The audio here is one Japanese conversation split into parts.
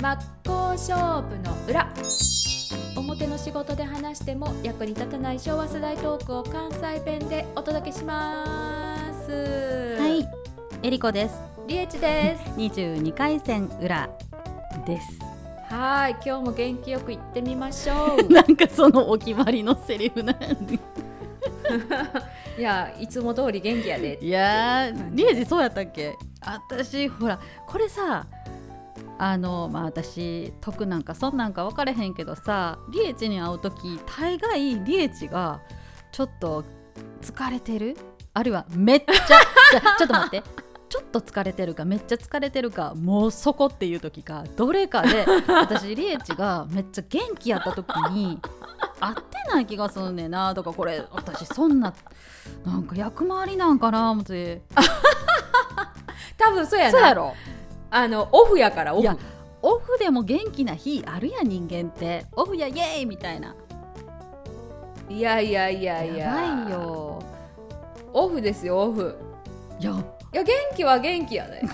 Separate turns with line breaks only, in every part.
真っ向勝負の裏、表の仕事で話しても役に立たない昭和世代トークを関西弁でお届けします。
はい、えりこです。
りえちです。
22回戦裏です。
はい、今日も元気よく行ってみましょう。
なんかそのお決まりのセリフなんで
いや、いつも通り元気やで。
いやー、りえじそうやったっけ。私ほらこれさ、私得なんかそんなんか分かれへんけどさ、りえちに会うとき大概りえちがちょっと疲れてる、あるいはめっちゃちょっと待って、ちょっと疲れてるかめっちゃ疲れてるかもうそこっていう時かどれかで私りえちがめっちゃ元気やった時に合ってない気がすんねんなとか、これ私そんななんか役回りなんかな思って
多分そうやな。
そうやろ。
オフやから。オフ。
いや、オフでも元気な日あるやん、人間ってオフやイエーイみたいな。
いや
やばいよ。
オフですよ、オフ。
いや
元気は元気やで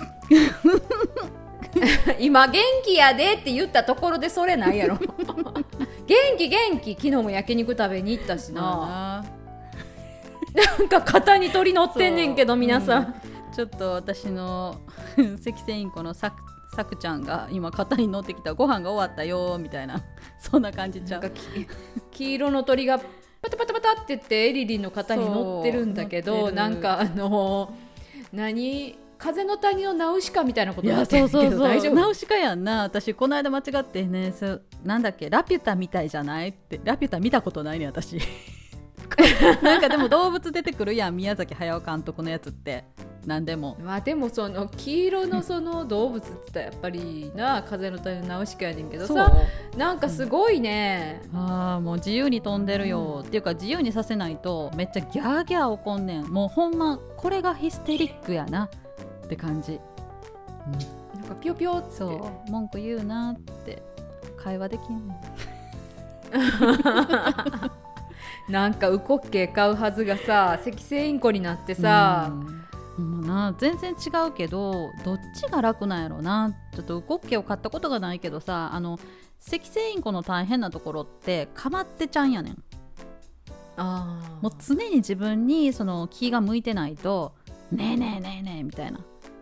今元気やでって言ったところでそれないやろ元気昨日も焼肉食べに行ったしな。なんか肩に鳥乗ってんねんけど皆さん、
ちょっと私のセキセインコのさくちゃんが今肩に乗ってきた、ご飯が終わったよみたいなそんな感じちゃう。
なんか黄色の鳥がパタパタパタって言ってエリリンの肩に乗ってるんだけど、なんか風の谷のナウシカみたいなことになってるけど大丈夫？
ナウシカやんな。私この間間違ってね、なんだっけ、ラピュタみたいじゃないって。ラピュタ見たことないね私なんかでも動物出てくるやん、宮崎駿監督のやつって何でも。
まあでもその黄色のその動物って言ったらやっぱりな、風の谷のナウシカやねんけどさ、なんかすごいね、
もう自由に飛んでるよ、っていうか自由にさせないとめっちゃギャーギャー怒んねん。もうほんまこれがヒステリックやなって感じ、
なんかピヨピヨって。
そう文句言うなって会話できんねん
なんかウコッケ買うはずがさ、セキセイインコになってさ、
全然違うけどどっちが楽なんやろな。ちょっとウコッケを買ったことがないけどさ、セキセイインコの大変なところってかまってちゃんやねん。もう常に自分にその気が向いてないと、ねえねえねえねえみたいな。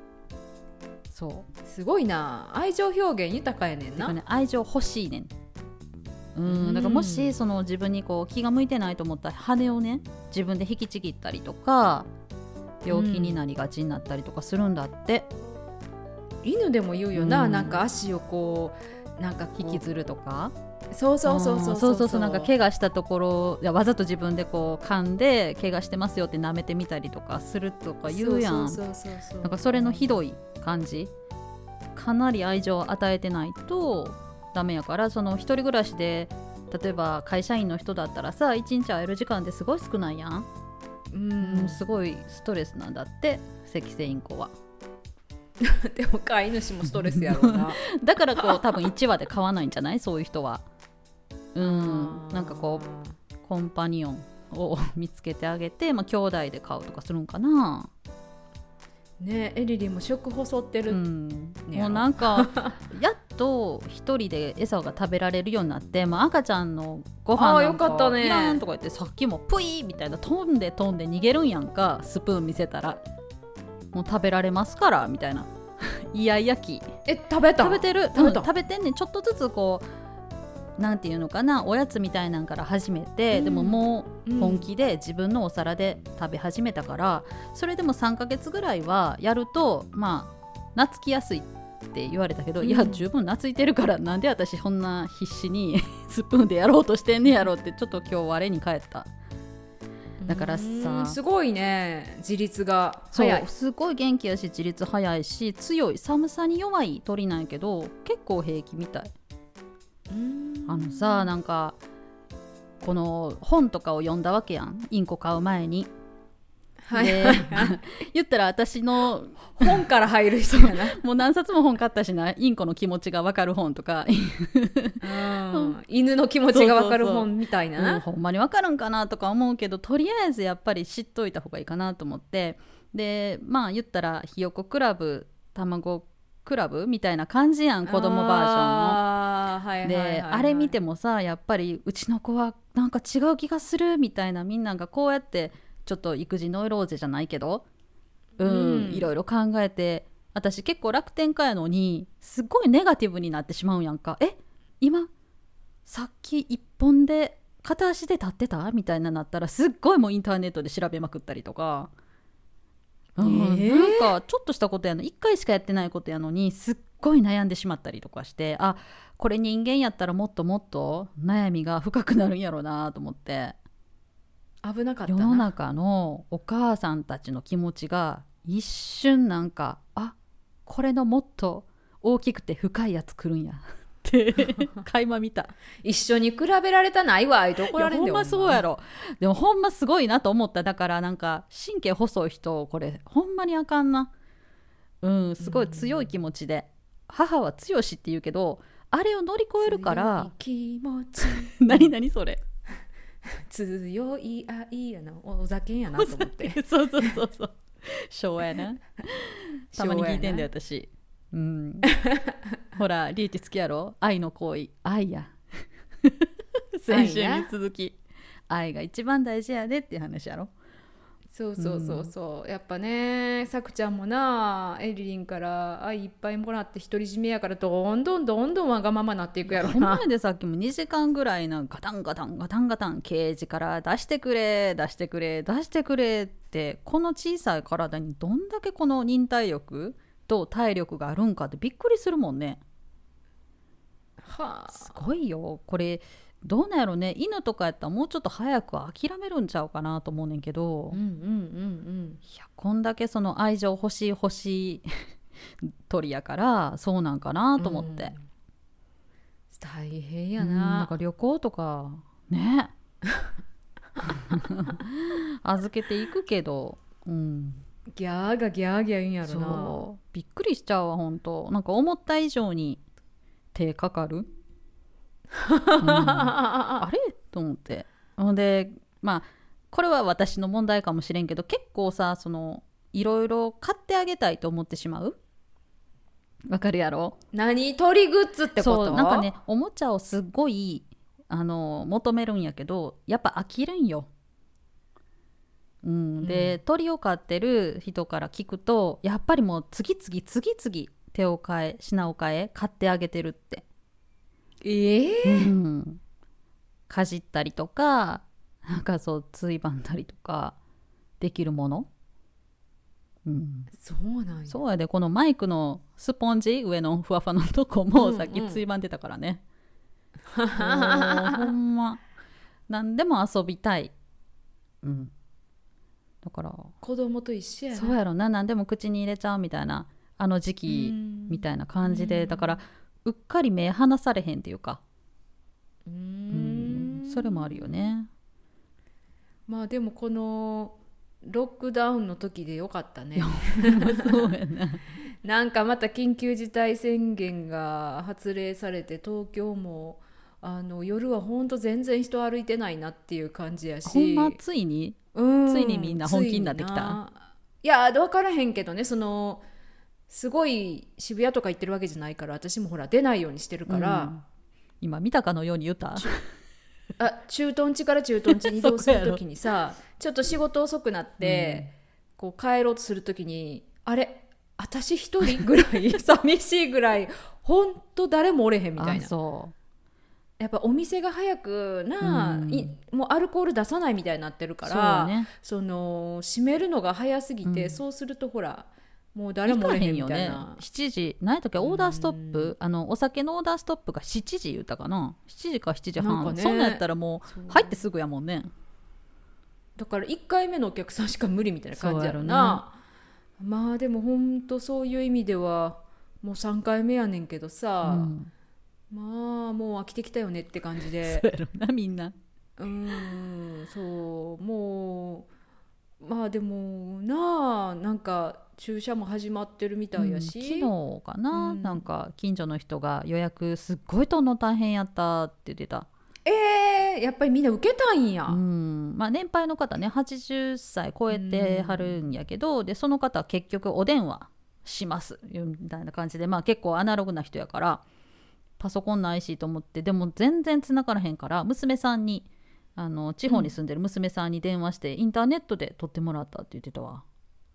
そう
すごいな、愛情表現豊かやねんな。
愛情欲しいねん。だからもしその自分にこう気が向いてないと思ったら羽をね自分で引きちぎったりとか病気になりがちになったりとかするんだって、
犬でも言うよな、なんか足をこうなんかこう
引きずるとか、
そう
なんか怪我したところわざと自分でこう噛んで怪我してますよって舐めてみたりとかするとか言うやん。なんかそれのひどい感じ、かなり愛情を与えてないとダメやから。その一人暮らしで例えば会社員の人だったらさ、一日会える時間ってすごい少ないやん。すごいストレスなんだってセキセイインコは
でも飼い主もストレスやろうな
だからこう多分1羽で飼わないんじゃない、そういう人は。なんかこうコンパニオンを見つけてあげて、兄弟で飼うとかするんかな。
ねえ、エリリンも食細ってる、
もうなんかやっと一人で餌が食べられるようになって、赤ちゃんのご飯なんか
よかったね、
いらんとか言って、さっきもプイーみたいな飛んで逃げるんやんか。スプーン見せたらもう食べられますからみたいなイヤイヤ期。
食べ
てる、食べてんねん。ちょっとずつこうなんていうのかな、おやつみたいなんから始めて、でももう本気で自分のお皿で食べ始めたから、それでも3ヶ月ぐらいはやると懐きやすいって言われたけど、いや十分懐いてるから、なんで私そんな必死にスプーンでやろうとしてんねやろって、ちょっと今日我に返った。だからさ、
すごいね、自立が早い。
すごい元気やし自立早いし強い。寒さに弱い鳥なんやけど結構平気みたい。なんかこの本とかを読んだわけやん、インコ買う前に。言ったら私の
本から入る人やな
もう何冊も本買ったしな。インコの気持ちが分かる本とか
犬の気持ちが分かる本みたいな、
ほんまに分かるんかなとか思うけど、とりあえずやっぱり知っといた方がいいかなと思って。で言ったらひよこクラブ、卵クラブみたいな感じやん、子供バージョンの。
はいはいはい
で、
はい、
あれ見てもさ、やっぱりうちの子はなんか違う気がするみたいな、みんながこうやってちょっと育児ノイローゼじゃないけど、いろいろ考えて、私結構楽天家やのにすっごいネガティブになってしまうんやんか。今さっき一本で片足で立ってたみたいななったら、すっごいもうインターネットで調べまくったりとか、なんかちょっとしたことやの、1回しかやってないことやのにすっごい悩んでしまったりとかして、これ人間やったらもっともっと悩みが深くなるんやろうなと思って。
危なかったな。
世の中のお母さんたちの気持ちが一瞬なんか、これのもっと大きくて深いやつ来るんやって垣間見た。
一緒に比べられたないわ、どこられんで。
ほんまそうやろ。でもほんますごいなと思った。だからなんか神経細い人、これほんまにあかんな。すごい強い気持ちで、母は強しって言うけど、あれを乗り越えるから。
強い気持ち
何それ
強い愛やな、お酒やなと思って
そう昭和やな。たまに聞いてんだよ私。ほらリーチ好きやろ、愛の行為、愛や先週に続き愛が一番大事やでっていう話やろ。
やっぱね、さくちゃんもな、エリリンから愛いっぱいもらって独り占めやから、どんどんわがままなっていくやろな。
ほんまで、さっきも2時間ぐらいガタンガタンケージから出してくれって、この小さい体にどんだけこの忍耐力と体力があるんかってびっくりするもんね。すごいよこれ。どうなんやろね、犬とかやったらもうちょっと早く諦めるんちゃうかなと思うねんけど、いやこんだけその愛情欲しい鳥やからそうなんかなと思って、
大変やな。
なんか旅行とかね預けていくけど、
ギャーがギャー言うんやろな。
そうびっくりしちゃうわほんと。なんか思った以上に手かかるあれと思って。でこれは私の問題かもしれんけど、結構さ、そのいろいろ買ってあげたいと思ってしまう。わかるやろ。
何、鳥グッズってこと？
そう、なんかね、おもちゃをすっごい求めるんやけど、やっぱ飽きるんよ。で、鳥を飼ってる人から聞くと、やっぱりもう次々手を変え品を変え買ってあげてるって。かじったりとか、なんかそうついばんだりとかできるもの、
そうなんや。
そうやで、このマイクのスポンジ上のふわふわのとこもさっきついばんでたからね、ほんま何でも遊びたい、だから
子供と一緒やな。
そうやろな、何でも口に入れちゃうみたいな、あの時期みたいな感じで、だからうっかり目離されへんっていうか、それもあるよね。
でもこのロックダウンの時でよかったね。
そうやな。
なんかまた緊急事態宣言が発令されて、東京も夜はほんと全然人歩いてないなっていう感じやし、
ほんまついにみんな本気になってきた。
いや分からへんけどね、そのすごい渋谷とか行ってるわけじゃないから、私もほら出ないようにしてるから、
今見たかのように言った
駐屯地から駐屯地に移動するときにさちょっと仕事遅くなって、こう帰ろうとするときに、あれ私一人ぐらい寂しいぐらいほんと誰もおれへんみたいな。やっぱお店が早くもうアルコール出さないみたいになってるから、その閉めるのが早すぎて、そうするとほらもう誰もおれへんみたいな。
7時何やったっけ、オーダーストップ、お酒のオーダーストップが7時言ったかな、7時か7時半、そんなんやったらもう入ってすぐやもんね。
だから1回目のお客さんしか無理みたいな感じやろな。でもほんとそういう意味ではもう3回目やねんけどさ、もう飽きてきたよねって感じで。
そうやろなみんな。
そうもうでもなんか注射も始まってるみたいやし、
昨日かな、なんか近所の人が予約すっごい取るの大変やったって言ってた。
やっぱりみんな受けたんや。
年配の方ね、80歳超えてはるんやけど、でその方は結局お電話しますみたいな感じで、まあ結構アナログな人やからパソコンないしと思って、でも全然繋がらへんから娘さんに地方に住んでる娘さんに電話して、インターネットで撮ってもらったって言ってたわ。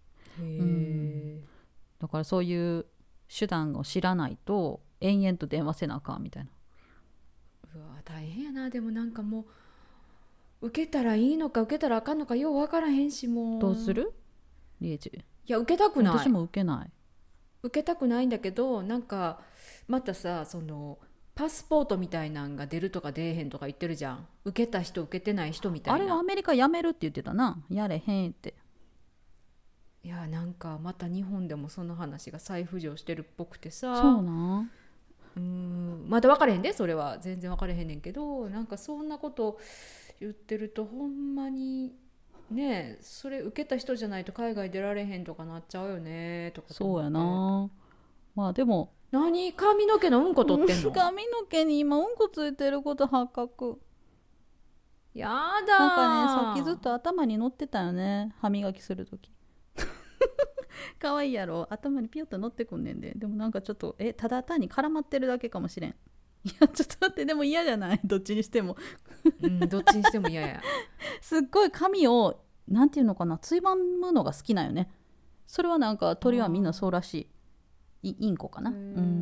だからそういう手段を知らないと延々と電話せなあかんみたいな。
うわ大変やな。でもなんかもう受けたらいいのか受けたらあかんのかよう分からへんし、もう
どうするリエチ？
いや受けたくない。
私も受けない。
受けたくないんだけど、なんかまたさ、そのパスポートみたいなんが出るとか出えへんとか言ってるじゃん。受けた人受けてない人みたいな。
あれはアメリカやめるって言ってたな。やれへんって。
いやなんかまた日本でもその話が再浮上してるっぽくてさ。
そうなん
まだ分かれへんで、それは全然分かれへんねんけど、なんかそんなこと言ってるとほんまにね、それ受けた人じゃないと海外出られへんとかなっちゃうよねとか。
そうやな。まあでも
何髪の毛のうんこ取ってんの？
髪の毛に今うんこついてること発覚。
やだー。
なんかね、さっきずっと頭に乗ってたよね、歯磨きするとき。かわいいやろ、頭にピヨッと乗ってくんねんで。でもなんかちょっとただ単に絡まってるだけかもしれん。いやちょっと待って、でも嫌じゃない？どっちにしても
どっちにしても嫌や。
すっごい髪をなんていうのかな、ついばむのが好きなんよね。それはなんか鳥はみんなそうらしい。インコかな。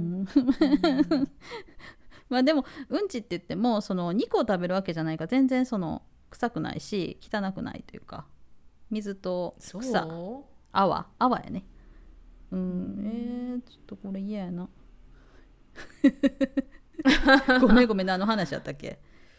まあでもうんちって言ってもその肉を食べるわけじゃないから全然その臭くないし汚くないというか、水と草泡やね。ちょっとこれ嫌やな。ごめん何の話やったっけ？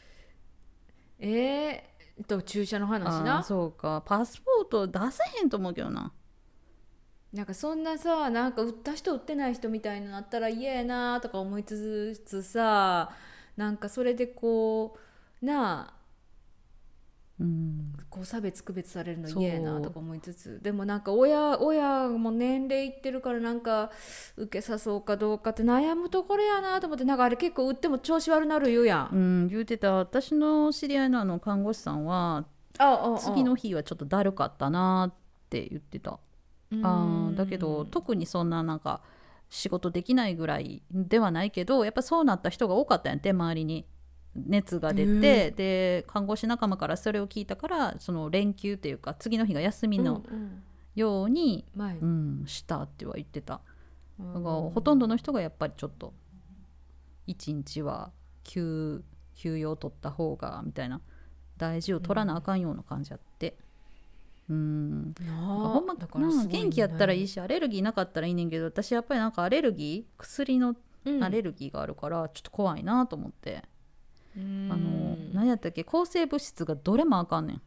注射の話な。
そうか、パスポート出せへんと思うけどな。
なんかそんなさ、なんか売った人売ってない人みたいになったら嫌やなとか思いつつさ、なんかそれでこうなあ、こう差別区別されるの嫌やなとか思いつつ、でもなんか親も年齢いってるからなんか受けさそうかどうかって悩むところやなと思って。なんかあれ結構打っても調子悪なる言うやん。
言うてた。私の知り合いの看護師さんは次の日はちょっとだるかったなって言ってた。だけど特にそんななんか仕事できないぐらいではないけど、やっぱそうなった人が多かったんやって、周りに。熱が出て、で看護師仲間からそれを聞いたから、その連休っていうか次の日が休みのように、したっては言ってた。だからほとんどの人がやっぱりちょっと一日は休養取った方がみたいな、大事を取らなあかんような感じやって。ほんまだから元気やったらいいし、アレルギーなかったらいいねんけど、私やっぱりなんかアレルギー、薬のアレルギーがあるからちょっと怖いなと思って。何やったっけ、抗生物質がどれもあかんねん。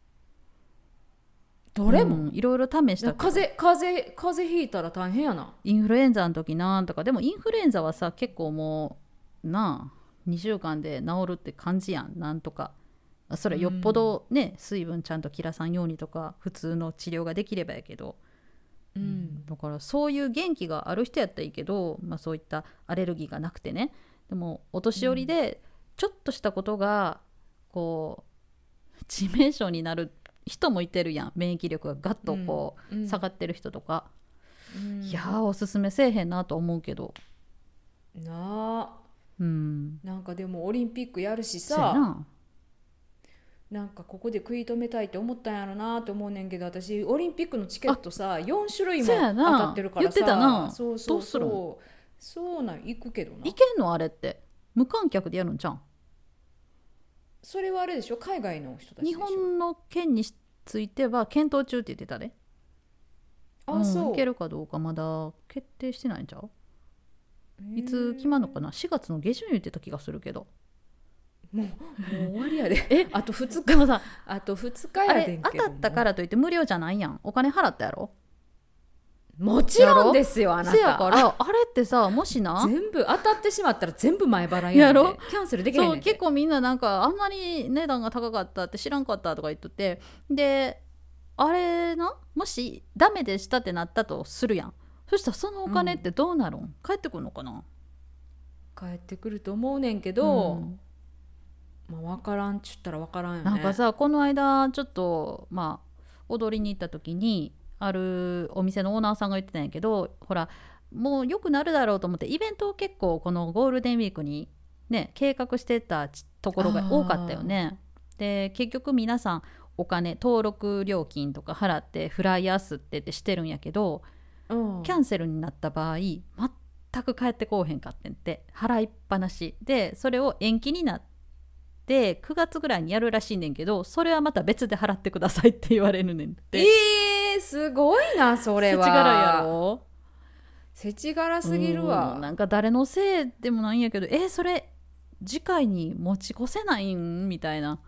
どれも、
いろいろ試したけど。
風邪ひいたら大変やな。
インフルエンザの時なんとか。でもインフルエンザはさ結構もう2週間で治るって感じやん。なんとかそれよっぽどね、水分ちゃんと切らさんようにとか普通の治療ができればやけど、だからそういう元気がある人やったらいいけど、そういったアレルギーがなくてね。でもお年寄りでちょっとしたことがこう致命傷になる人もいてるやん。免疫力がガッとこう、下がってる人とか、いやおすすめせえへんなと思うけど
なあ。なんかでもオリンピックやるしさ、なんかここで食い止めたいって思ったんやろなと思うねんけど、私オリンピックのチケットさ4種類も当たってるからさ。
言ってたな。
そうそうなん、行くけどな。
行けんの？あれって無観客でやるんじゃん。
それはあれでしょ、海外の人たちでしょ。
日本の件については検討中って言ってたで。そういけるかどうかまだ決定してないんちゃう？いつ決まるのかな。4月の下旬言ってた気がするけど。
もう終わりやで。あと2日。でもさ、あと2日やでんけど。
あれ当たったからといって無料じゃないやん。お金払ったやろ。
もちろんですよ、あなた。
せやからあれってさ、もしな
全部当たってしまったら全部前払いやんで。キャンセルできへんねん。
そう、結構みんななんかあんまり値段が高かったって知らんかったとか言っとって、であれな、もしダメでしたってなったとするやん。そしたらそのお金ってどうなるん？帰ってくるのかな。
帰ってくると思うねんけど、分からんっちゅったら分からんよね。
なんかさ、この間ちょっと踊りに行った時にあるお店のオーナーさんが言ってたんやけど、ほらもう良くなるだろうと思ってイベントを結構このゴールデンウィークにね計画してたところが多かったよね。で結局皆さんお金登録料金とか払ってフライヤースってってしてるんやけど、キャンセルになった場合全く帰ってこうへんかってんって、払いっぱなしで、それを延期になって9月ぐらいにやるらしいねんけど、それはまた別で払ってくださいって言われるねんって。
すごいなそれは。
世知辛いやろ。
世知辛すぎるわ。
なんか誰のせいでもないんやけど、それ次回に持ち越せないんみたいな。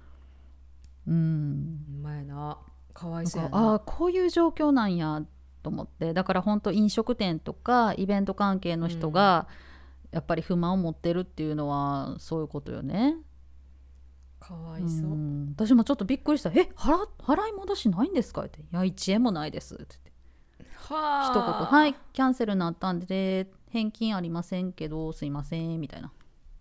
前な、かわいそうやな。
こういう状況なんやと思って。だから本当飲食店とかイベント関係の人がやっぱり不満を持ってるっていうのはそういうことよね。
かわいそう。
私もちょっとびっくりした。払い戻しないんですかって。いや1円もないですって言って、一言はいキャンセルになったんで返金ありませんけどすいませんみたいな。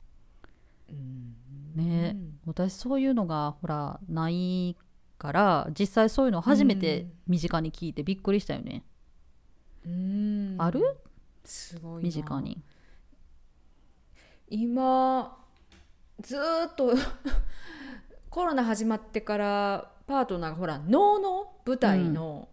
ね、私そういうのがほらないから実際そういうの初めて身近に聞いてびっくりしたよね。ある？
すごいな。
身近に
今ずっとコロナ始まってからパートナーがほら能の舞台の、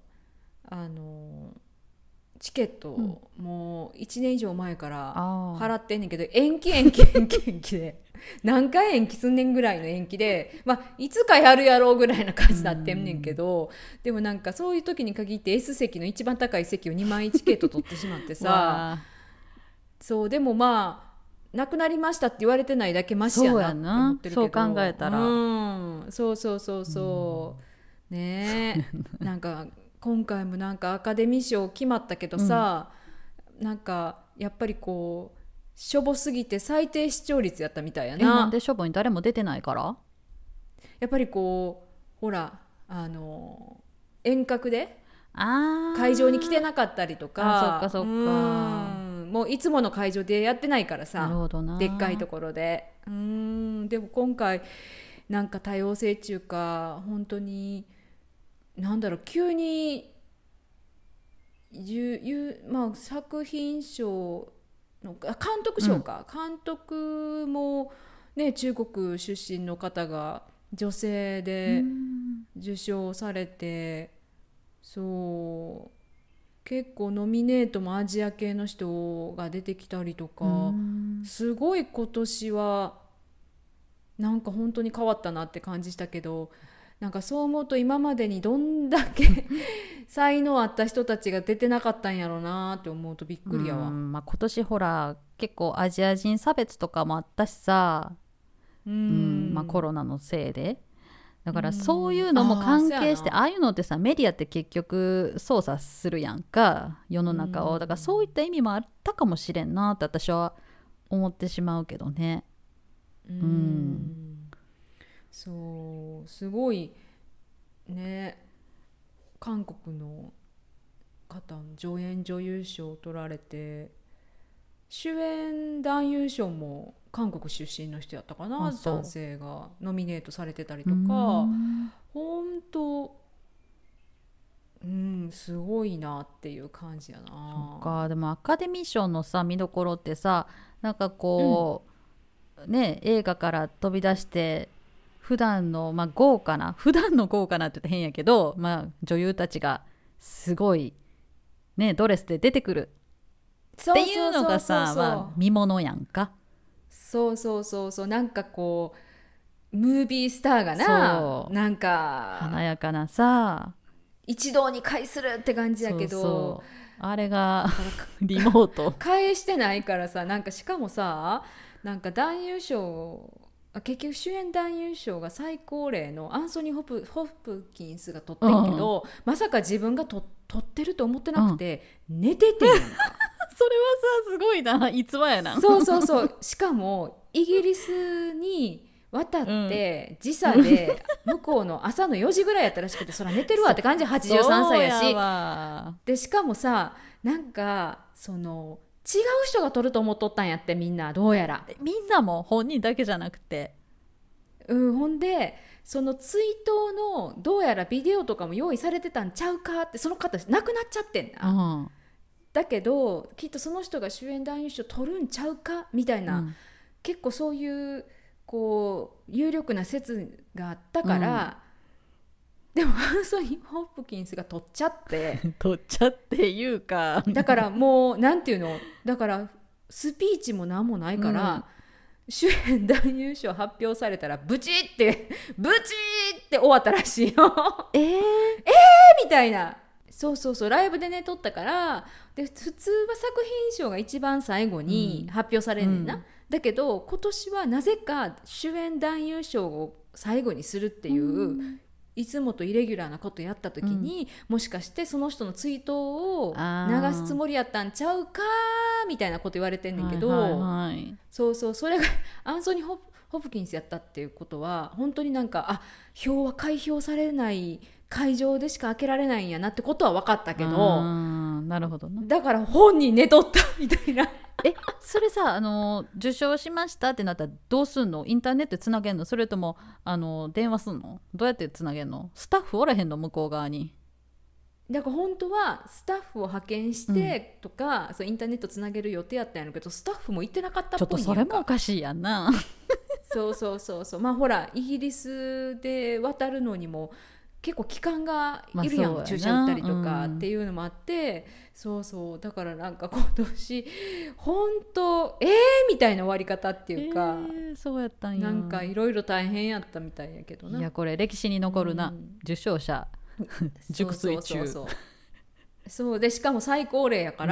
チケットをもう1年以上前から払ってんねんけど、延期で何回延期すんねんぐらいの延期で、いつかやるやろうぐらいな感じになってんねんけど、でもなんかそういう時に限って S 席の一番高い席を2枚チケット取ってしまってさそうでもなくなりましたって言われてないだけマシやなって思ってるけど、
そう考えたら
そうねえなんか今回もなんかアカデミー賞決まったけどさ、なんかやっぱりこうしょぼすぎて最低視聴率やったみたいやな。
なんでしょぼに誰も出てないから？
やっぱりこうほら遠隔で会場に来てなかったりとか、
そっか
もういつもの会場でやってないからさ、
なるほどな、
でっかいところででも今回なんか多様性っていうか本当になんだろう急に作品賞の監督賞か、監督もね中国出身の方が女性で受賞されて、そう結構ノミネートもアジア系の人が出てきたりとか、すごい今年はなんか本当に変わったなって感じしたけど、なんかそう思うと今までにどんだけ才能あった人たちが出てなかったんやろうなって思うとびっくりやわ。
今年ほら結構アジア人差別とかもあったしさ、コロナのせいでだからそういうのも関係して、ああいうのってさメディアって結局操作するやんか世の中を。だからそういった意味もあったかもしれんなって私は思ってしまうけどね。
そうすごいね、韓国の方の助演女優賞を取られて、主演男優賞も韓国出身の人やったかな、男性がノミネートされてたりとか、ほんとすごいなっていう感じやな。
そっか。でもアカデミー賞のさ見どころってさ、なんかこう、映画から飛び出して普段の豪華なって言って変やけど、女優たちがすごいドレスで出てくるっていうのがさ見ものやんか。
そうなんかこうムービースターがなんか
華やかなさ
一堂に会するって感じやけど、
あれがリモート
返してないからさ、なんかしかもさなんか男優賞結局主演男優賞が最高齢のアンソニー・ホプキンスが取ってんけど、まさか自分が取ってると思ってなくて、寝ててんやんか
それはさすごいな、逸話やな。
そうしかもイギリスに渡って時差で向こうの朝の4時ぐらいやったらしくて、そら寝てるわって感じ。83歳やしで、しかもさなんかその違う人が撮ると思っとったんやって、みんなどうやら。
みんなも本人だけじゃなくて
ほんでその追悼のどうやらビデオとかも用意されてたんちゃうかって、その方亡くなっちゃってんな、
うん、
だけどきっとその人が主演男優賞取るんちゃうかみたいな、
うん、
結構そういうこう有力な説があったから、でもアンソニー・ホプキンスが取っちゃって
取っちゃっていうか
だからもうなんていうの、だからスピーチもなんもないから、主演男優賞発表されたらブチってブチって終わったらしいよみたいな。そうそうそう、ライブでね撮ったから。で普通は作品賞が一番最後に発表されんねんな、だけど今年はなぜか主演男優賞を最後にするっていう、いつもとイレギュラーなことやった時に、もしかしてその人の追悼を流すつもりやったんちゃうかみたいなこと言われてんねんけど、そうそう、それがアンソニー・ホプキンスやったっていうことは本当になんか票は開票されない会場でしか開けられないんやなってことは分かったけど、
なるほどな。
だから本人寝とったみたいな
それさ、受賞しましたってなったらどうすんの？インターネットでつなげんの？それとも電話すんの？どうやってつなげんの？スタッフおらへんの？向こう側に。
だから本当はスタッフを派遣してとか、そうインターネットつなげる予定やったんやけど、スタッフも行ってなかったっぽいんやんか。
ちょっとそれもおかしいやんな
そうそうそうそう、まあほらイギリスで渡るのにも結構期間がいるやん、注射打ったりとかっていうのもあって、そうそうだからなんか今年本当みたいな終わり方っていうか、
そうやったんや。
なんかいろいろ大変やったみたいやけどな。
いやこれ歴史に残るな、受賞者熟睡中。
そうでしかも最高齢やから、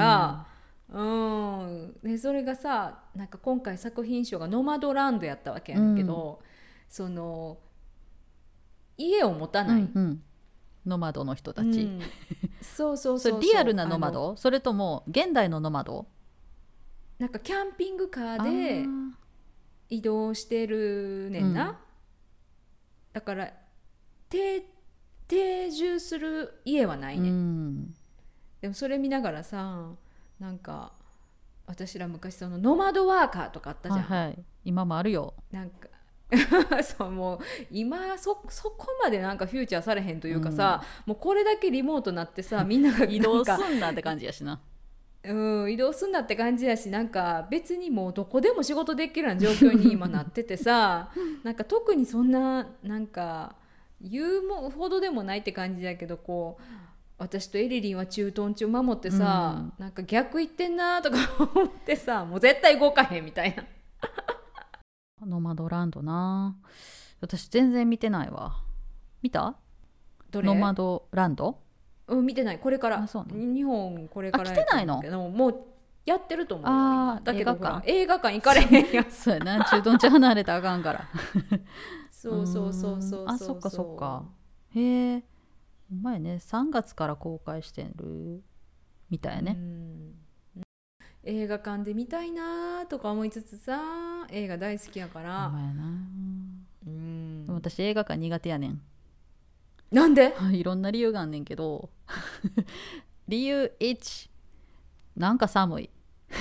でそれがさ、なんか今回作品賞がノマドランドやったわけやけど、その家を持たない、
ノマドの人たち、
そうそうそうそう、
それリアルなノマド？それとも現代のノマド？
なんかキャンピングカーで移動してるねんな、だから定住する家はないね、でもそれ見ながらさ、なんか私ら昔そのノマドワーカーとかあったじゃん、
今もあるよ。
なんかそうもう今そこまでなんかフューチャーされへんというかさ、もうこれだけリモートなってさ、みんなが
移動すんなって感じやしな
移動すんなって感じやし、なんか別にもうどこでも仕事できるような状況に今なっててさなんか特にそんななんか言うほどでもないって感じだけど、こう私とエリリンは駐屯地を守ってさ、なんか逆言ってんなとか思ってさ、もう絶対動かへんみたいな
ノマドランドな、私全然見てないわ。見た？
どれ？
ノマドランド？
見てない。これから日本これからやってんけど、もうやってると思うよ今。だけど映画館行かれへんやん
そうやな、駐屯地離れたらあかんから
そうそうそうそう、
そっかそっか。へえ、前ね3月から公開してるみたいね。
映画館で見たいなとか思いつつさ、映画大好きやから。
でも私映画館苦手やねん。
なんで？
いろんな理由があんねんけど理由1、なんか寒い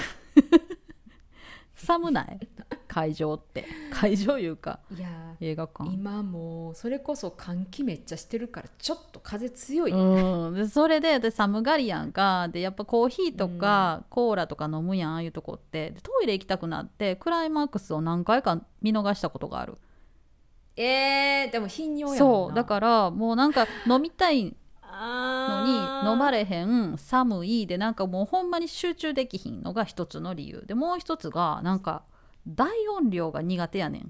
寒ない？会場って会場いうか、
いや
映画館
今もうそれこそ換気めっちゃしてるからちょっと風強い、
でそれで私寒がりやんか。でやっぱコーヒーとかコーラとか飲むやん、ああいうとこって。でトイレ行きたくなってクライマックスを何回か見逃したことがある。
でも頻尿やもんな。
そうだからもうなんか飲みたいのに飲まれへん、寒いで、なんかもうほんまに集中できひんのが一つの理由で、もう一つがなんか大音量が苦手やねん。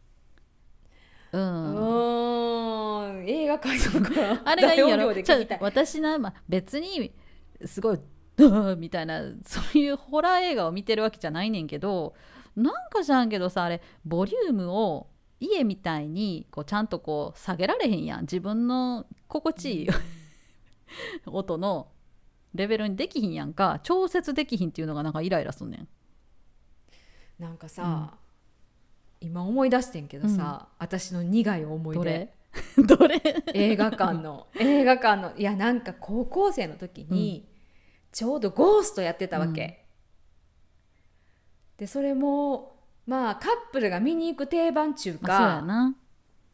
映画館とか
あれがいいんやろ。私な、別にすごいみたいなそういうホラー映画を見てるわけじゃないねんけど、なんか知らんけどさ、あれボリュームを家みたいにこうちゃんとこう下げられへんやん、自分の心地いい音のレベルにできひんやんか。調節できひんっていうのがなんかイライラすんねん。
なんかさ、今思い出してんけどさ、私の苦い思い出
どれ
映画館のいやなんか高校生の時に、ちょうどゴーストやってたわけ、でそれもまあカップルが見に行く定番中か、
そうやな、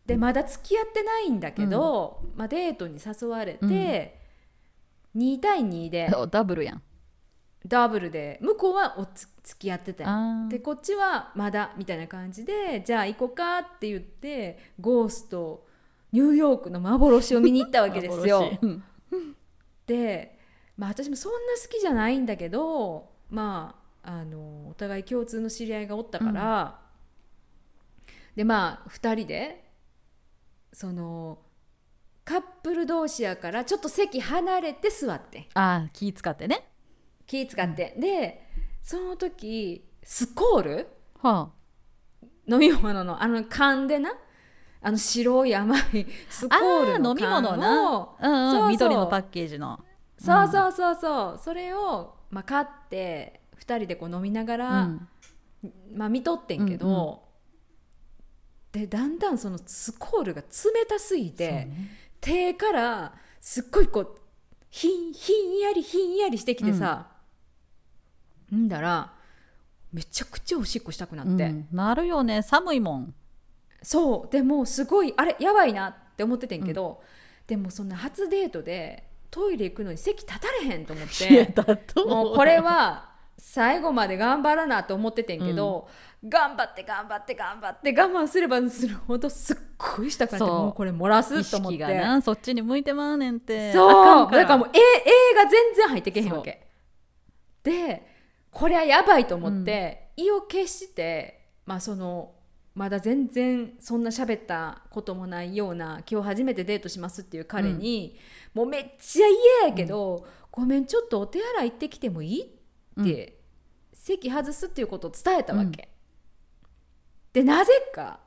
でまだ付き合ってないんだけど、まあ、デートに誘われて、2対2で
ダブルやん。
ダブルで向こうは付き合ってたよ。
あ
でこっちはまだみたいな感じで、じゃあ行こうかって言ってゴーストニューヨークの幻を見に行ったわけですよ。で、まあ、私もそんな好きじゃないんだけど、まあ、お互い共通の知り合いがおったから、でまあ2人でそのカップル同士やからちょっと席離れて座って、
気使ってね。
気使って、でその時スコール、飲み物の缶でな、白い甘いスコールの缶を、
飲み物な、そうそう、緑のパッケージの、
それを、まあ、買って2人でこう飲みながら、まあ、見とってんけど、でだんだんそのスコールが冷たすぎて、手からすっごいこうひんやりしてきてさ、んだらめちゃくちゃおしっこしたくなって、
なるよね、寒いもん。そう
でもうすごいあれやばいなって思っててんけど、でもそんな初デートでトイレ行くのに席立たれへんと思って、もうこれは最後まで頑張らなと思っててんけど、頑張って我慢すればするほどすっごいしたくなって、もうこれ漏らすと思って、
意識がなそっちに向いてまうねんって。
そうだからもう映画全然入ってけへんわけで、これはやばいと思って、意を決して、まあそのまだ全然そんな喋ったこともないような今日初めてデートしますっていう彼に、もうめっちゃ嫌やけど、ごめんちょっとお手洗い行ってきてもいいって、席外すっていうことを伝えたわけ、でなぜか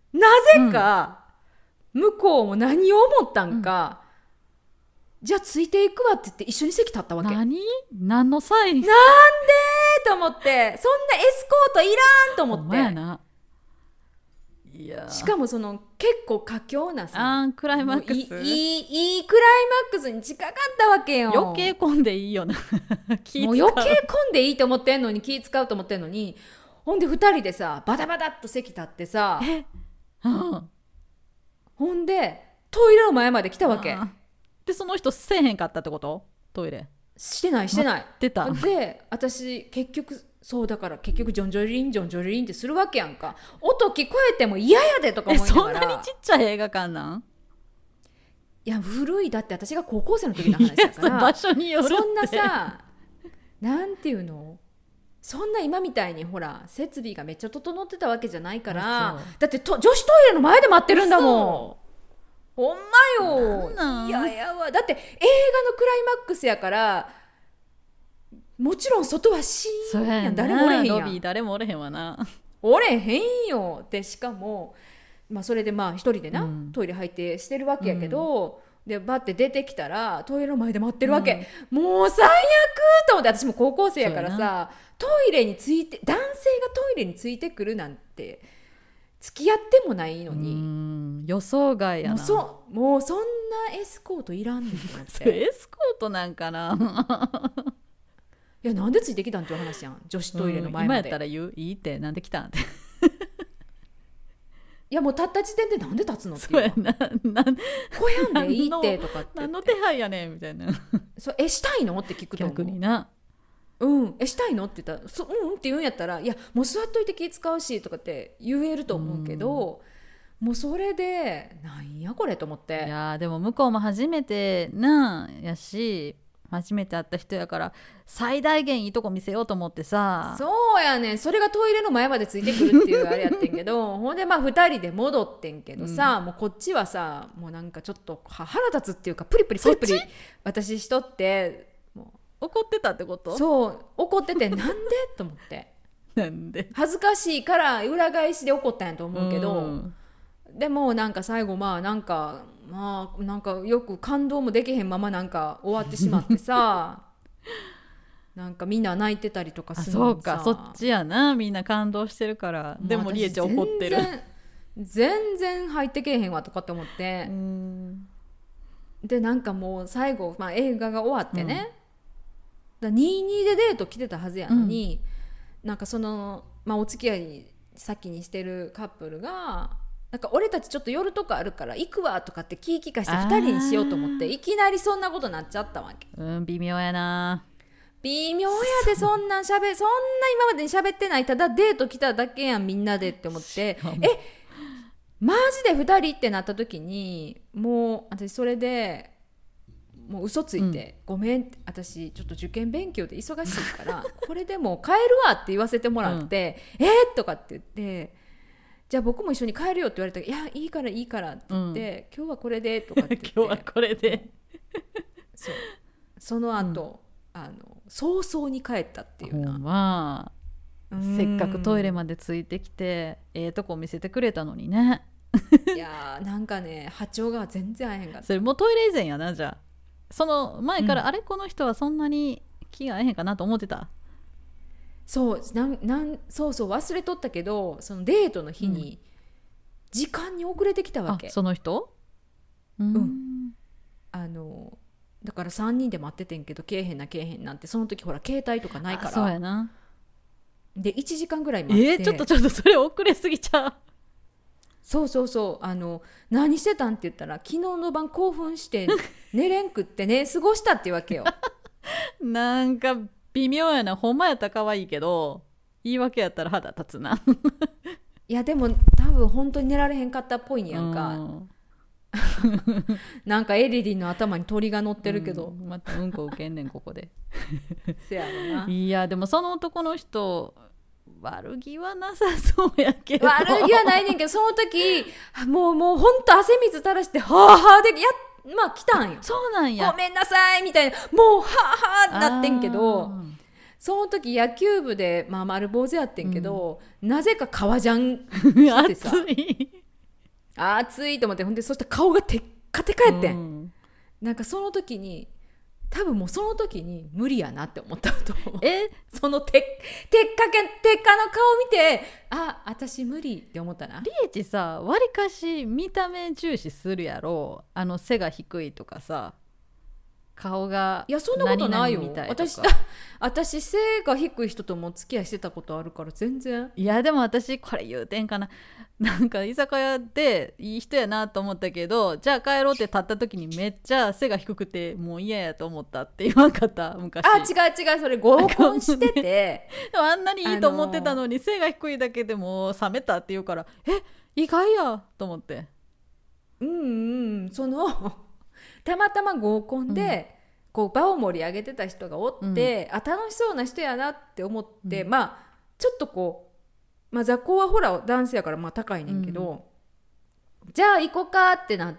向こうも何を思ったんか、じゃあついていくわって言って一緒に席立ったわけ。
何のサイン
なんでと思って、そんなエスコートいらんと思って。いやしかもその結構佳境なさ、
クライマックス、
いいクライマックスに近かったわけよ。
余計混んでいいよな
もう余計混んでいいと思ってんのに、気使うと思ってんのに、ほんで2人でさバタバタっと席立ってさ、ほんでトイレの前まで来たわけ
で、その人せえへんかったってこと？トイレ
してない
出た。
で私結局そうだから結局ジョンジョリンってするわけやんか。音聞こえても嫌やでとか思いながら。
そんなにちっちゃい映画館なん？
いや古い、だって私が高校生の時の話だから
場所によるって。
そんなさ、なんていうの、そんな今みたいにほら設備がめっちゃ整ってたわけじゃないから、だって女子トイレの前で待ってるんだもん。ほんまよ。いやわ、だって映画のクライマックスやから、もちろん外はシーンやん、誰もおれへんやん、
ロビー誰もおれへんわな。
おれへんよ。でしかも、まあ、それでまあ一人でな、トイレ入ってしてるわけやけど、でバッて出てきたらトイレの前で待ってるわけ、もう最悪と思って、私も高校生やからさ、トイレについて、男性がトイレについてくるなんて付き合ってもないのに、
予想外やな。
もうそんなエスコートいらんねんと思って
エスコートなんかない
や、なんでついてきたんっていう話やん、女子トイレの前まで。
今やったら言ういいってなんで来たんって
いやもう立った時点でなんで立つのっていう。
そうやな、
こやんでいいってとかって
何の手配やねんみたいな
したいのって聞くと思う。
逆にな、
したいのって言ったらって言うんやったら、いやもう座っといて気使うしとかって言えると思うけど、もうそれでなんやこれと思って。
いやでも向こうも初めてなやし、初めて会った人やから最大限いいとこ見せようと思ってさ。
そうやねん、それがトイレの前までついてくるっていうあれやってんけどほんでまあ2人で戻ってんけどさ、もうこっちはさ、もうなんかちょっと腹立つっていうか、プリプリ私しとって、もう
怒ってたってこと？
そう怒ってて、なんでと思って
なんで
恥ずかしいから裏返しで怒ったんやと思うけど、でもなんか最後なんかよく感動もできへんままなんか終わってしまってさなんかみんな泣いてたりとかするのさ。
そうか、そっちやな、みんな感動してるから。でもりえちゃん怒ってる。
全然入ってけえへんわとかって思って、でなんかもう最後、映画が終わってね、22でデート来てたはずやのに、なんかその、お付き合い先にしてるカップルがなんか俺たちちょっと寄るとこあるから行くわとかって気利かして2人にしようと思っていきなりそんなことになっちゃったわけ。
微妙やな。
微妙やで、そんな今までに喋ってない、ただデート来ただけやんみんなでって思って、マジで2人ってなった時にもう私それでもう嘘ついて、ごめんって、私ちょっと受験勉強で忙しいからこれでもう帰るわって言わせてもらって、とかって言って、じゃあ僕も一緒に帰るよって言われたら、いやいいからって言って、今日はこれでとかって言って
今日はこれで
その後、早々に帰ったっていうな。
まあせっかくトイレまでついてきてとこ見せてくれたのにね。
いやなんかね波長が全然合えへんかった。
それもうトイレ以前やな。じゃあその前から、あれこの人はそんなに気が合えへんかなと思ってた。
そう忘れとったけど、そのデートの日に時間に遅れてきたわけ。
その人
だから3人で待っててんけどけえへんなんて、その時ほら携帯とかないから。
そうやな。
で1時間ぐらい待って、
ちょっとそれ遅れすぎちゃう。
そう何してたんって言ったら、昨日の晩興奮して寝れんくってね過ごしたっていうわけよ。
なんか微妙やな。ほんまやったら可愛いけど言い訳やったら腹立つな。
いやでも多分本当に寝られへんかったっぽいんやんか。なんかエリリンの頭に鳥が乗ってるけど、
またうんこ受けんねんここで。
せやろな。
いやでもその男の人悪気はなさそうやけど。
悪気はないねんけど、その時もうほんと汗水垂らしてはあはあで来たんよ。
そうなんや。
ごめんなさいみたいな、もうはあはあなってんけど、その時野球部で、丸坊主やってんけど、なぜか革ジャン着てさ暑いと思って、ほんでそしたら顔がテッカテカやってん、なんかその時に多分もうその時に無理やなって思ったと思う。そのテッカの顔見て、私無理って思ったな。
リエチさ、わりかし見た目重視するやろ。背が低いとかさ、顔が
いやそんなことないよ。
何々みたいとか。
私背が低い人とも付き合いしてたことあるから全然。
いやでも私これ言うてんかな、なんか居酒屋でいい人やなと思ったけど、じゃあ帰ろうって立った時にめっちゃ背が低くてもう嫌やと思ったって言わんかった昔。
違う、それ合コンしてて
でもあんなにいいと思ってたのに、背が低いだけでもう冷めたって言うから、意外やと思って。
たまたま合コンで、こう場を盛り上げてた人がおって、楽しそうな人やなって思って、ちょっとこう、座高はほら男性やから高いねんけど、じゃあ行こうかってなって、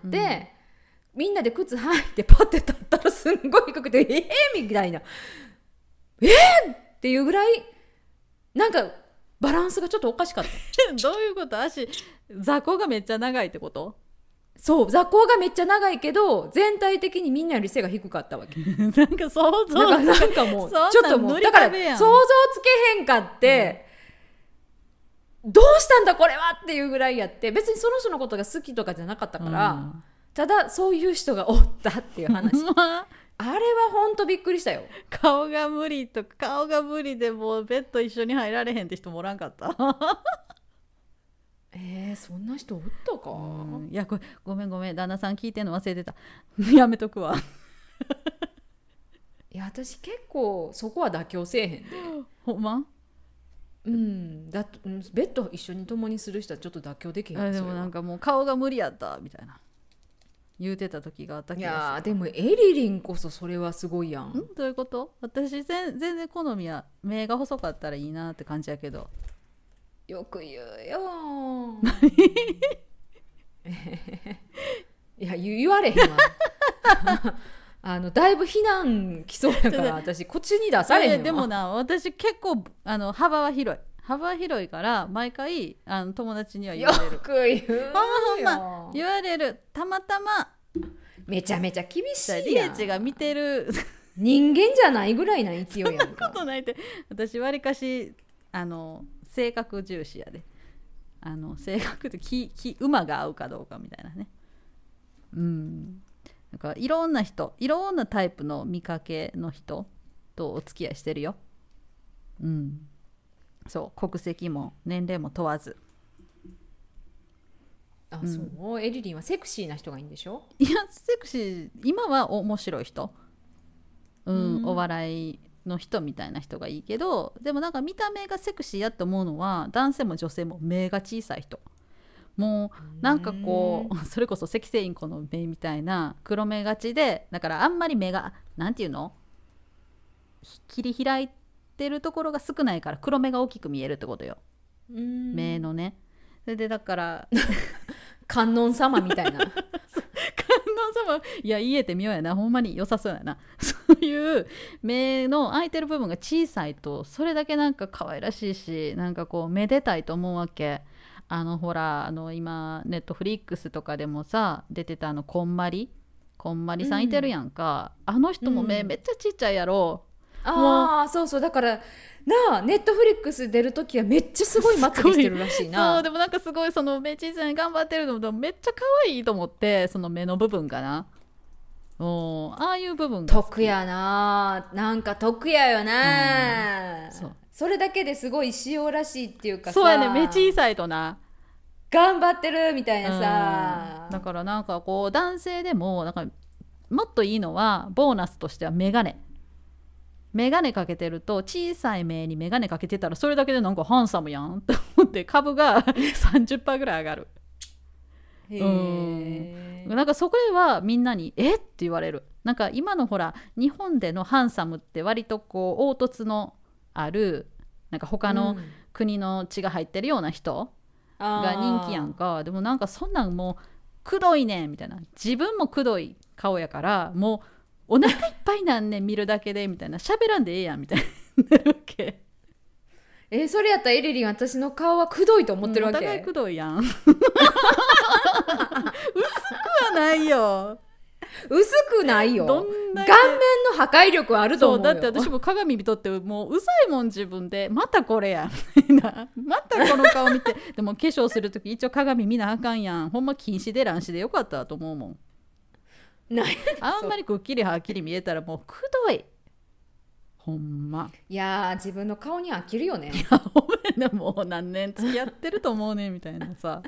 みんなで靴履いてパッて立ったらすんごい低くてみたいなっていうぐらいなんかバランスがちょっとおかしかった。
どういうこと？座高がめっちゃ長いってこと？
そう座高がめっちゃ長いけど全体的にみんなより背が低かったわけ。
なんか想像
なんかもうちょっともうだから想像つけへんかって、どうしたんだこれはっていうぐらいやって、別にその人のことが好きとかじゃなかったから、ただそういう人がおったっていう話。あれはほんとびっくりしたよ。
顔が無理でもうベッド一緒に入られへんって人もおらんかった？
そんな人おったか。
いやこれごめん旦那さん聞いてんの忘れてた。やめとくわ。
いや私結構そこは妥協せえへんで。
ほんま？
ベッド一緒に共にする人はちょっど妥協できへん。
でもなんかもう顔が無理やったみたいな言うてた時があった気がする。
いやでもエリリンこそそれはすごいやん。
どういうこと？私全然好みは目が細かったらいいなって感じやけど。
よく言うよ。いや言われへんわ。だいぶ非難来そうやから私口に出されへんわ。
でもな私結構幅は広いから毎回友達には言われる。
よく言うよ。
ほんま言われる。たまたま
めちゃめちゃ厳しいやん。
リエチが見てる
人間じゃないぐらいな勢いやんか。
そんなことないって。私わりかし性格重視やで。性格って馬が合うかどうかみたいなね。なんかいろんなタイプの見かけの人とお付き合いしてるよ。そう国籍も年齢も問わず。
そうエリリンはセクシーな人がいいんでしょ。
いやセクシー今は面白い人、お笑いの人みたいな人がいいけど、でもなんか見た目がセクシーやって思うのは男性も女性も目が小さい人、もうなんかこうそれこそセキセイインコの目みたいな黒目がちで、だからあんまり目がなんていうの切り開いてるところが少ないから黒目が大きく見えるってことよ、目のね。それでだから
観音様みたいな
観音様いや言えてみようやな、ほんまに良さそうやなそういう目の開いてる部分が小さいとそれだけなんか可愛らしいし、なんかこうめでたいと思うわけ。ほら今ネットフリックスとかでもさ出てたこんまりさんいてるやんか、あの人も目めっちゃちっちゃいやろ。
そうそう、だからなあネットフリックス出るときはめっちゃすごいまつげしてるらしいな。
そうでもなんかすごいその目ちっちゃい頑張ってるのもめっちゃ可愛いと思って、その目の部分かな、ああいう部分が
得やな、なんか得やよな、それだけですごい塩らしいっていうかさ、
そうやね、目小さいとな
頑張ってるみたいなさ、
だからなんかこう男性でもなんかもっといいのはボーナスとしてはメガネかけてると、小さい目にメガネかけてたらそれだけでなんかハンサムやんって思って株が30% ぐらい上がる。なんかそこではみんなにえって言われる。なんか今のほら日本でのハンサムって割とこう凹凸のあるなんか他の国の血が入ってるような人が人気やんか。でもなんかそんなんもうくどいねんみたいな、自分もくどい顔やからもうお腹いっぱいなんねん見るだけでみたいな、喋らんでええやんみたいになるわけ。
それやったらエリリン私の顔はくどいと思ってるわけ、
お互いくどいやん薄くはないよ、
薄くないよ、
どんだけ
顔面の破壊力はあると思うよ。
そうだって私も鏡見とってもううざいもん自分で、またこれやみたいなまたこの顔見てでも化粧するとき一応鏡見なあかんやん、ほんま禁止で乱視でよかったと思うもん。あんまりくっきりはっきり見えたらもうくどい、ほんま。
いや自分の顔に飽きるよね。
ごめんね、もう何年付き合ってると思うねみたいなさ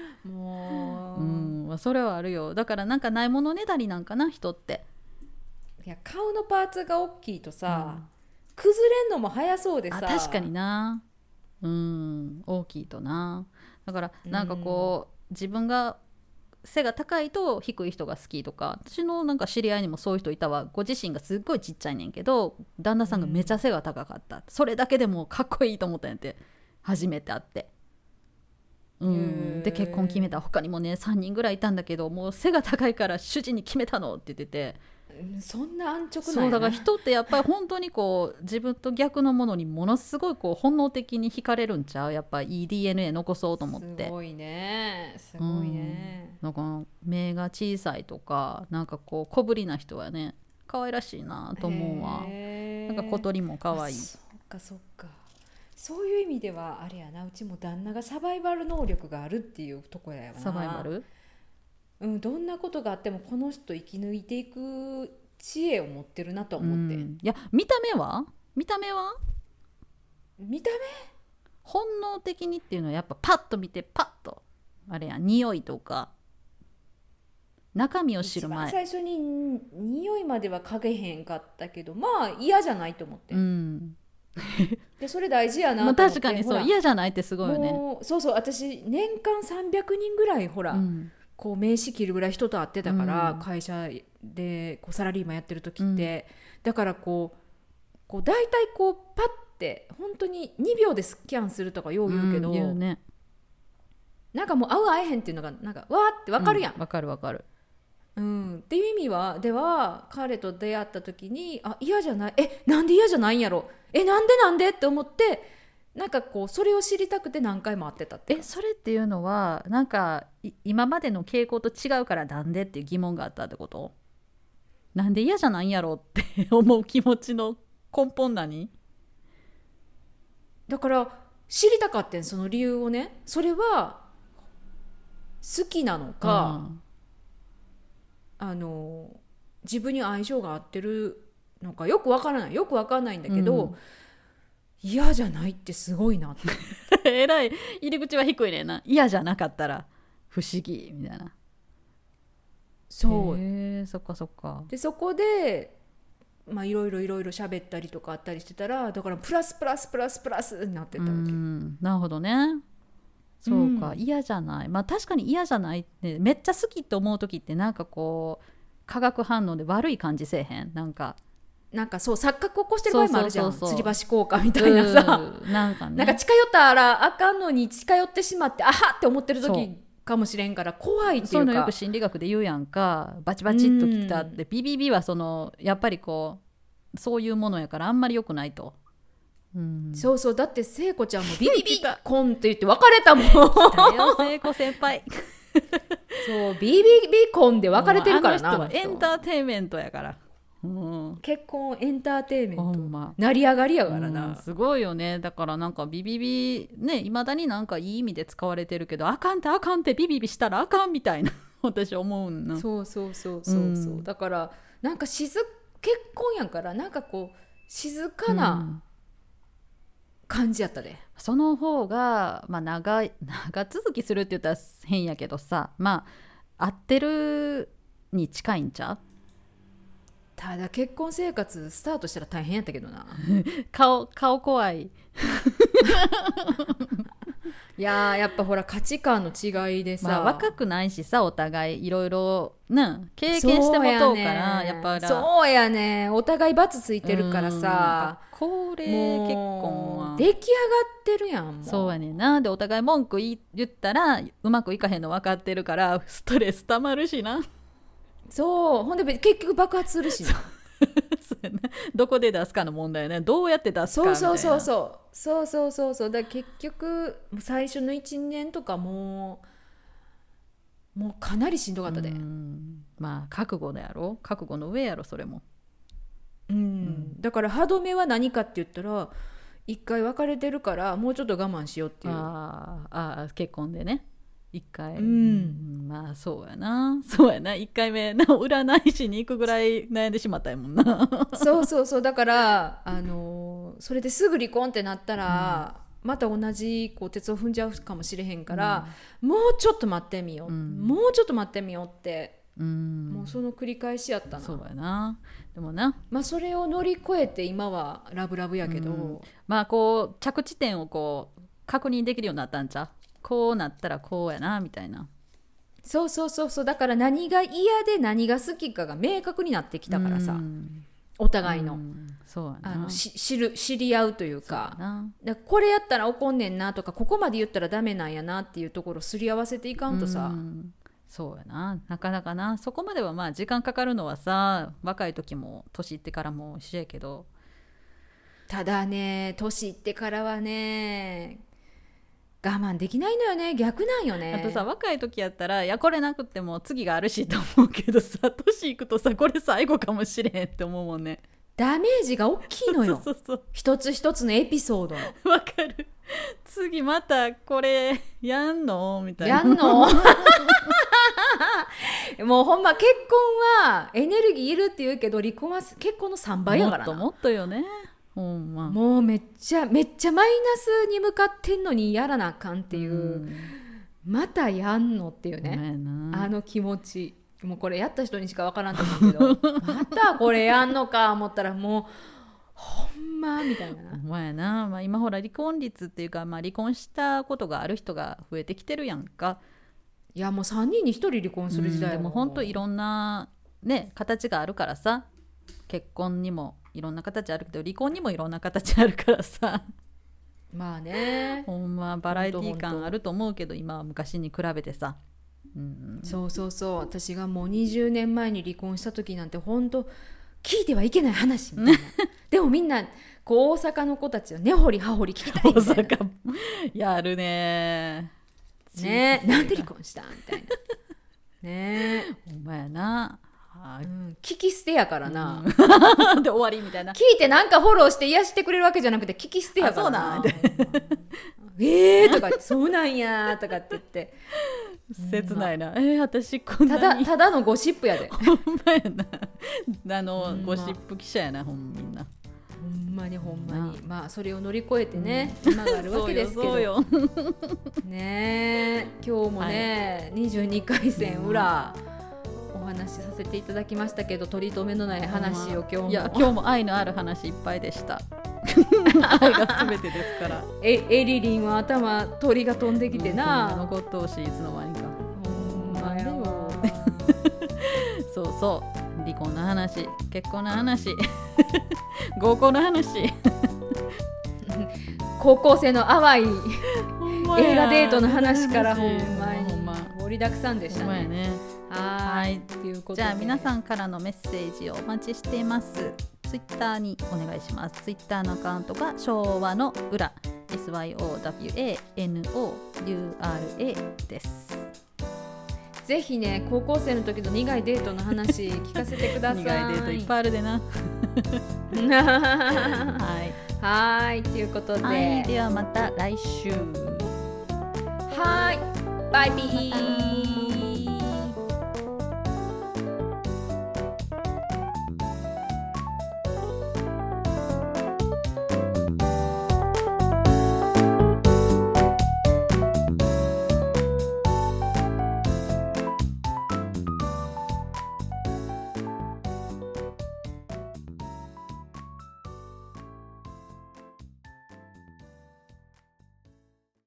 もうそれはあるよ。だからなんかないものねだりなんかな人って。
いや顔のパーツが大きいとさ、崩れんのも早そうでさ。
確かにな、大きいとな。だからなんかこう、自分が背が高いと低い人が好きとか、私のなんか知り合いにもそういう人いたわ。ご自身がすっごいちっちゃいねんけど旦那さんがめちゃ背が高かった、それだけでもかっこいいと思ったんやって、初めて会って。で結婚決めた他にもね3人ぐらいいたんだけど、もう背が高いから主人に決めたのって言ってて、
そんな安直ないな。
そうだから人ってやっぱり本当にこう自分と逆のものにものすごいこう本能的に惹かれるんちゃう、やっぱいい DNA 残そうと思って。
すごいねすごいね、
なんか目が小さいとかなんかこう小ぶりな人はね可愛らしいなと思うわ。なんか小鳥も可愛い。
そっかそっか、そういう意味ではあれやな、うちも旦那がサバイバル能力があるっていうところやな。
サバイバル、
どんなことがあってもこの人生き抜いていく知恵を持ってるなと思って。
いや見た目は本能的にっていうのはやっぱパッと見てパッとあれや匂いとか中身を知る前、
一番最初に匂いまでは嗅げへんかったけど、まあ嫌じゃないと思って、でそれ大事やなと思って、
確かにそう嫌じゃないってすごいよね。
そうそう、私年間300人ぐらいほら、こう名刺切るぐらい人と会ってたから、会社でこうサラリーマンやってる時って、だからこう大体こうパッて本当に2秒でスキャンするとかよう言うけど、
言うね、
なんかもう合う合えへんっていうのがなんかわーってわかるやん、
わかるわかる、
っていう意味では彼と出会った時に嫌じゃない、なんで嫌じゃないんやろ、なんでって思って、なんかこうそれを知りたくて何回も会ってたって。
それっていうのはなんか今までの傾向と違うからなんでっていう疑問があったってこと？なんで嫌じゃないんやろって思う気持ちの根本何？
だから知りたかったん、その理由をね。それは好きなのか、自分に相性が合ってるのかよくわからないんだけど、嫌じゃないってすごいなって
えらい入り口は低いねんな。嫌じゃなかったら不思議みたいな。
そう
そっかそっか。
でそこでまあいろいろ喋ったりとかあったりしてたら、だからプラスになってたわけ。
なるほどね。そうか、嫌じゃない。まあ確かに嫌じゃないって、めっちゃ好きって思う時ってなんかこう化学反応で悪い感じせえへん？なんか
そう錯覚を起こしてる場合もあるじゃん。吊り橋効果みたいなさ、
なんかね、
なんか近寄ったらあかんのに近寄ってしまってあはって思ってる時かもしれんから怖いっていうか、
そういうのよく心理学で言うやんか。バチバチっときたって、BBB はそのやっぱりこうそういうものやからあんまり良くないと。
そうそう、だって聖子ちゃんもビビビコンって言って別れたもん。
聖子先輩
そうビビビコンで別れてるからな。
あの人はエンターテインメントやから、
結婚エンターテインメント、
成
り上がりやからな、
すごいよね。だからなんかビビビね、いまだになんかいい意味で使われてるけど、あかんってビビビしたらあかんみたいな私思うんな。
そう、だからなんか結婚やからなんかこう静かな感じやったで、
その方が、まあ、長続きするって言ったら変やけどさ、まあ合ってるに近いんちゃう？
ただ結婚生活スタートしたら大変やったけどな
顔怖い
いやっぱほら価値観の違いでさ、
若くないしさ、お互いいろいろね経験してもとうから、やっぱ
そうやね、お互いバツついてるからさ、
これ結婚は
出来上がってるやん。もう
そうやねんな。でお互い文句言ったらうまくいかへんの分かってるからストレスたまるしな。
そう、ほんで結局爆発するしな
そうやな、どこで出すかの問題ね。どうやって出すかみたいな。
そうだから結局最初の1年とかもうかなりしんどかったで。
まあ覚悟だやろ、覚悟の上やろそれも。
だから歯止めは何かって言ったら、一回別れてるからもうちょっと我慢しようっていう。
結婚でね一回、まあそうやな1回目な占い師に行くぐらい悩んでしまったやもんな
そうだからそれですぐ離婚ってなったら、また同じこう鉄を踏んじゃうかもしれへんから、もうちょっと待ってみよう、もうちょっと待ってみようって、もうその繰り返しやったな。
そうやな。でもな、
まあそれを乗り越えて今はラブラブやけど、
まあこう着地点をこう確認できるようになったんちゃう？こうなったらこうやなみたいな。
そうだから何が嫌で何が好きかが明確になってきたからさ、お互いの、
そうやな、
知り合うというか、だからこれやったら怒んねんなとか、ここまで言ったらダメなんやなっていうところをすり合わせていかんとさ、
そうやな、なかなかな。そこまではまあ時間かかるのはさ、若い時も年いってからも一緒やけど、
ただね年いってからはね我慢できないのよね。逆なんよね。
あとさ、若い時やったらいやこれなくっても次があるしと思うけどさ、年いくとさこれ最後かもしれへんって思うもんね。
ダメージが大きいのよ
そう
一つ一つのエピソード。
わかる。次またこれやんのみたいな。
やんのもうほんま結婚はエネルギーいるって言うけど、離婚は結婚の3倍やからな。
もっとよね。ほんま
もうめっちゃマイナスに向かってんのにやらなあかんっていう、またやんのっていうね、あの気持ち。もうこれやった人にしかわからんと思うけどまたこれやんのか思ったらもうほんまみたいな。
ほんまやな、まあ、今ほら離婚率っていうか、まあ、離婚したことがある人が増えてきてるやんか。
いやもう3人に1人離婚する時代
でも本当いろんなね形があるからさ、結婚にもいろんな形あるけど離婚にもいろんな形あるからさ
まあね、
ほんまバラエティ感あると思うけど、今は昔に比べてさ、
そう私がもう20年前に離婚した時なんて本当聞いてはいけない話みたいなでもみんなこう大阪の子たちは根掘り葉掘り聞きたいみたいな。
大阪やるね
なんで離婚したみたいなね。
ほんまやな、
聞き捨てやからな、
で終わりみたいな。
聞いてなんかフォローして癒してくれるわけじゃなくて聞き捨てやからな。とかそうなんやとかって言って
切ないな。私こんなに
ただのゴシップやで。
ほんまやな、ゴシップ記者やな、ほんみんな。
んまにまあそれを乗り越えてね、今があるわけですけど
そうよ
ね。今日もね、22回戦裏お話しさせていただきましたけど、取り留めのない話を今日も。
いや今日も愛のある話いっぱいでした愛が全てですから
エリリンは頭鳥が飛んできてな、
残ってほしい、いつの間にか。
ほんまやわ
そうそう離婚の話、結婚の話合コンの話
高校生の淡い映画デートの話から
ほ
ほん
んま
まに盛りだくさんでしたね。
ね。
はいということで、
じゃあ皆さんからのメッセージをお待ちしています。ツイッターにお願いします。ツイッターのアカウントが昭和の裏 SYOWANOURA です。
ぜひね、高校生の時の苦いデートの話聞かせてください。
苦いデートいっぱいあるでな
はいということで、
はい、ではまた来週。
はいバイビー。